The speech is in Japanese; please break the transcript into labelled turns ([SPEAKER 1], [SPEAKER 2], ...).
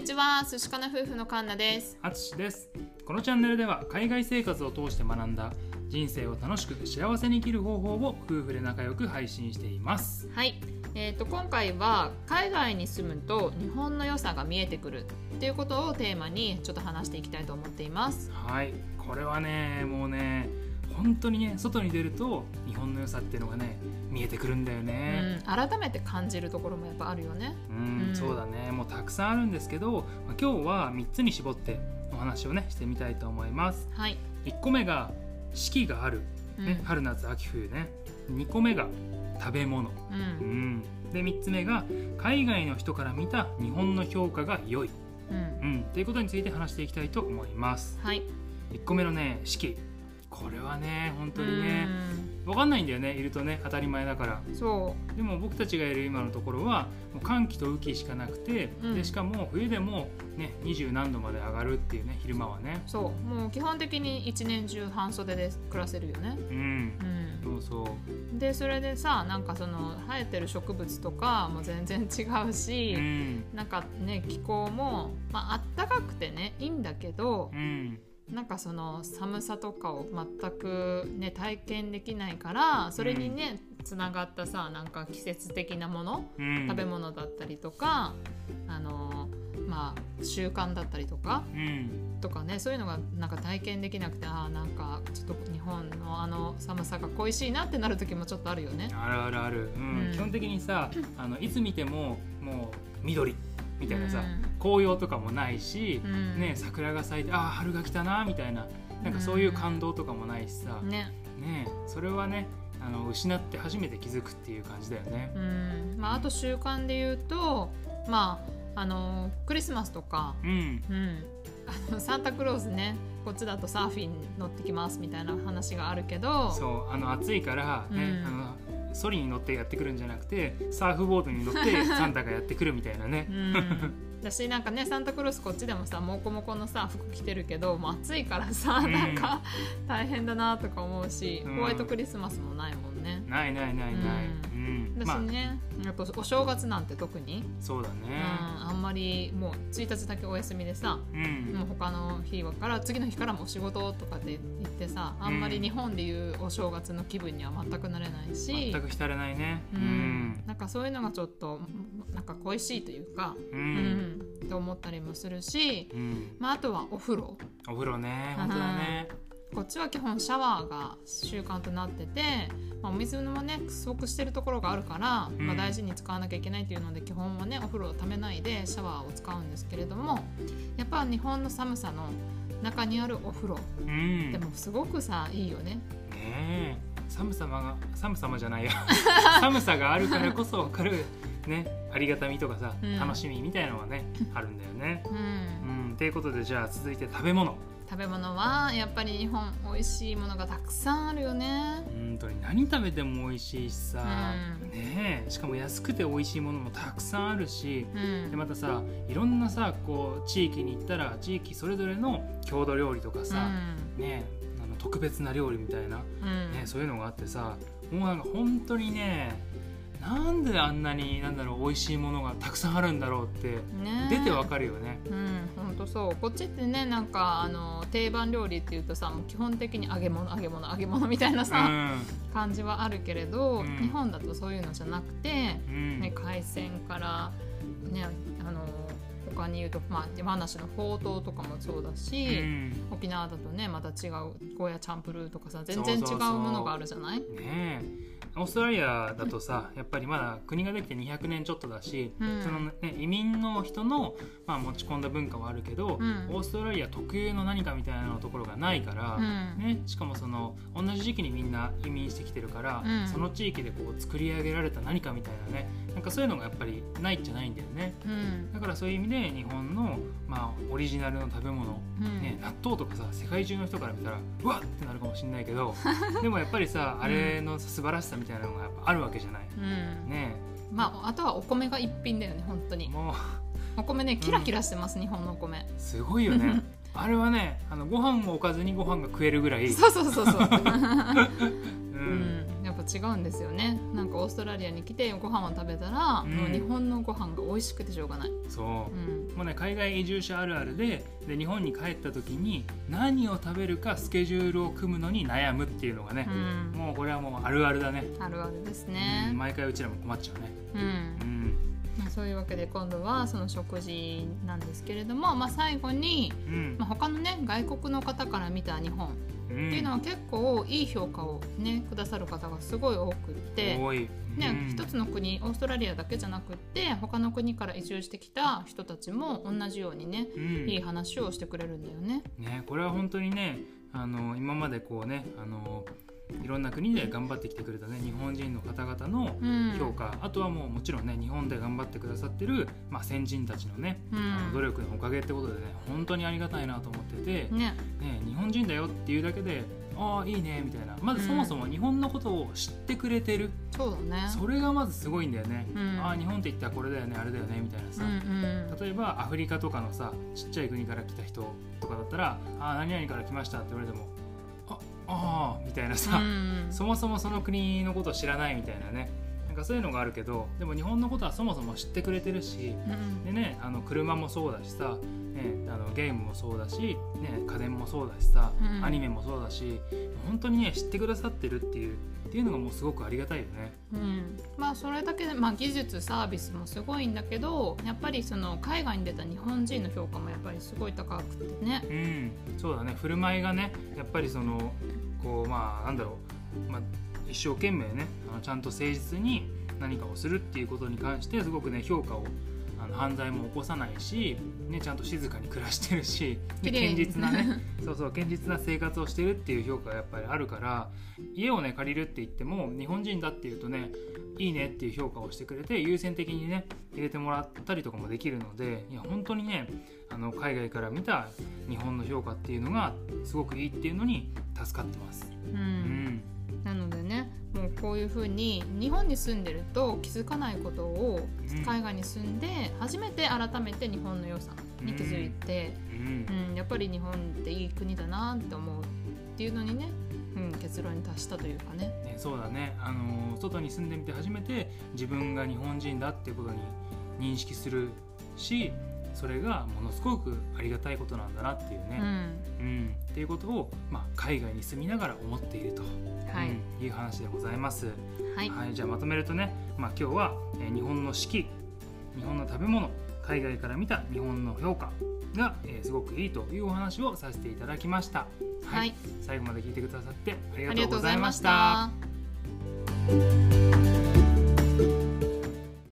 [SPEAKER 1] ちは、寿司かな夫婦のカンナです。
[SPEAKER 2] あつしです。このチャンネルでは海外生活を通して学んだ人生を楽しく幸せに生きる方法を夫婦で仲良く配信しています。
[SPEAKER 1] はい、今回は海外に住むと日本の良さが見えてくるっていうことをテーマにちょっと話していきたいと思っています。
[SPEAKER 2] はい、これはね、もうね、本当にね、外に出ると日本の良さっていうのがね、見えてくるんだよね。
[SPEAKER 1] 改めて感じるところもやっぱあるよね。
[SPEAKER 2] そうだね、もうたくさんあるんですけど、今日は3つに絞ってお話をねしてみたいと思います。
[SPEAKER 1] はい、
[SPEAKER 2] 1個目が四季がある、ね、春夏秋冬ね。2個目が食べ物、で3つ目が海外の人から見た日本の評価が良い、ということについて話していきたいと思います。
[SPEAKER 1] はい、
[SPEAKER 2] 1個目のね、四季、これはね本当にね分かんないんだよね、いるとね、当たり前だから。
[SPEAKER 1] そう
[SPEAKER 2] でも僕たちがいる今のところはもう寒気と雨季しかなくて、でしかも冬でもね20何度まで上がるっていうね、昼間はね。
[SPEAKER 1] そうもう基本的に一年中半袖で暮らせるよね。
[SPEAKER 2] そう
[SPEAKER 1] でそれでさ、なんかその生えてる植物とかも全然違うし、なんかね気候も、あったかくてねいいんだけど、なんかその寒さとかを全くね体験できないから、それにねつながったさ、なんか季節的なもの、食べ物だったりとか、習慣だったりとか、とかね、そういうのがなんか体験できなくて、なんかちょっと日本のあの寒さが恋しいなってなる時もちょっとあるよね。
[SPEAKER 2] ある、基本的にさ、いつ見てももう緑みたいなさ、紅葉とかもないし、桜が咲いて春が来たなみたいな、なんかそういう感動とかもないしさ、それはね失って初めて気づくっていう感じだよね。
[SPEAKER 1] あと習慣で言うと、クリスマスとか、サンタクロースね、こっちだとサーフィン乗ってきますみたいな話があるけど、
[SPEAKER 2] そう暑いからね、ソリに乗ってやってくるんじゃなくてサーフボードに乗ってサンタがやってくるみたいなね。
[SPEAKER 1] 私なんかね、サンタクロースこっちでもさモコモコのさ服着てるけど、もう暑いからさ、なんか大変だなとか思うし、ホワイトクリスマスもないもんね。
[SPEAKER 2] ない、
[SPEAKER 1] 私ね、やっぱお正月なんて特に
[SPEAKER 2] そうだね、
[SPEAKER 1] あんまりもう1日だけお休みでさ、もう他の日から次の日からもお仕事とかって言ってさ、あんまり日本でいうお正月の気分には全くなれないし、
[SPEAKER 2] 全く浸れないね。
[SPEAKER 1] なんかそういうのがちょっとなんか恋しいというか、と思ったりもするし、あとはお風呂
[SPEAKER 2] ね、本当だね。
[SPEAKER 1] こっちは基本シャワーが習慣となってて、お水もね不足してるところがあるから、大事に使わなきゃいけないっていうので、基本はねお風呂をためないでシャワーを使うんですけれども、やっぱ日本の寒さの中にあるお風呂、でもすごくさいいよね。
[SPEAKER 2] 寒さじゃないよ寒さがあるからこそ分かるね、ありがたみとかさ、楽しみみたいなのがねあるんだよね。ということで、じゃあ続いて食べ物
[SPEAKER 1] はやっぱり日本美味しいものがたくさんあるよね。
[SPEAKER 2] 本当に何食べても美味しいしさ、しかも安くて美味しいものもたくさんあるし、でまたさ、いろんなさこう地域に行ったら地域それぞれの郷土料理とかさ、特別な料理みたいな、そういうのがあってさ、もうなんか本当にね、なんであんなに美味しいものがたくさんあるんだろうって出てわかるよね。
[SPEAKER 1] ほんとそう。こっちってね、なんか定番料理っていうとさ、もう基本的に揚げ物みたいなさ、感じはあるけれど、日本だとそういうのじゃなくて、海鮮からね、他に言うと、山梨のほうとうとかもそうだし、沖縄だとねまた違うゴーヤチャンプルーとかさ、全然違うものがあるじゃない。
[SPEAKER 2] オーストラリアだとさ、やっぱりまだ国ができて200年ちょっとだし、その移民の人の、持ち込んだ文化はあるけど、オーストラリア特有の何かみたいなところがないから、しかもその同じ時期にみんな移民してきてるから、その地域でこう作り上げられた何かみたいなね、なんかそういうのがやっぱりないんじゃないんだよね。だからそういう意味で日本の、オリジナルの食べ物、納豆とかさ、世界中の人から見たらうわっってなるかもしれないけどでもやっぱりさ、あれの素晴らしさみたいなのがやっぱあるわけじゃない、
[SPEAKER 1] あとはお米が一品だよね。本当にもうお米ねキラキラしてます、日本のお米
[SPEAKER 2] すごいよねあれはね、ご飯もおかずにご飯が食えるぐらい
[SPEAKER 1] そうやっぱ違うんですよね。なんかオーストラリアに来てご飯を食べたら、もう日本のご飯が美味しくてしょうがない。
[SPEAKER 2] そう、もうね海外移住者あるあるで日本に帰った時に何を食べるかスケジュールを組むのに悩むっていうのがね、もうこれはもうあるあるだね。
[SPEAKER 1] あるあるですね。
[SPEAKER 2] 毎回うちらも困っちゃうね。
[SPEAKER 1] そういうわけで今度はその食事なんですけれども、最後に、他のね外国の方から見た日本っていうのは結構いい評価をねくださる方がすごい多くって、一つの国オーストラリアだけじゃなくって他の国から移住してきた人たちも同じようにね、いい話をしてくれるんだよね。
[SPEAKER 2] これは本当にね今までこうねいろんな国で頑張ってきてくれたね日本人の方々の評価、あとはもちろんね日本で頑張ってくださってる、先人たちのね、努力のおかげってことでね本当にありがたいなと思ってて、日本人だよっていうだけでああいいねみたいな、まずそもそも日本のことを知ってくれてる、
[SPEAKER 1] そうだね、
[SPEAKER 2] それがまずすごいんだよね。ああ日本って言ったらこれだよねあれだよねみたいなさ、例えばアフリカとかのさちっちゃい国から来た人とかだったらあ何々から来ましたって言われてもああみたいなさ、そもそもその国のことを知らないみたいなね、なんかそういうのがあるけど、でも日本のことはそもそも知ってくれてるし、でね車もそうだしさ、ゲームもそうだし、家電もそうだしさ、アニメもそうだし、本当にね知ってくださってるっていうのがもうすごくありがたいよね。
[SPEAKER 1] それだけで、技術サービスもすごいんだけど、やっぱりその海外に出た日本人の評価もやっぱりすごい高くてね。
[SPEAKER 2] そうだね、振る舞いがねやっぱりそのこうなんだろう、一生懸命ねちゃんと誠実に何かをするっていうことに関してすごくね評価を犯罪も起こさないし、ちゃんと静かに暮らしてるし、堅実なね堅実な生活をしてるっていう評価がやっぱりあるから、家をね借りるって言っても日本人だっていうとねいいねっていう評価をしてくれて優先的にね入れてもらったりとかもできるので、いや本当にね海外から見た日本の評価っていうのがすごくいいっていうのに助かってます。
[SPEAKER 1] なのでね、もうこういう風に日本に住んでると気づかないことを海外に住んで初めて改めて日本の良さに気づいて、やっぱり日本っていい国だなって思うっていうのにね、結論に達したというかね。
[SPEAKER 2] そうだね、外に住んでみて初めて自分が日本人だっていうことに認識するし、それがものすごくありがたいことなんだなっていうね、っていうことを、海外に住みながら思っていると、いう話でございます。じゃあまとめるとね、今日は、日本の四季、日本の食べ物、海外から見た日本の評価が、すごくいいというお話をさせていただきました。最後まで聞いてくださってありがとうございました。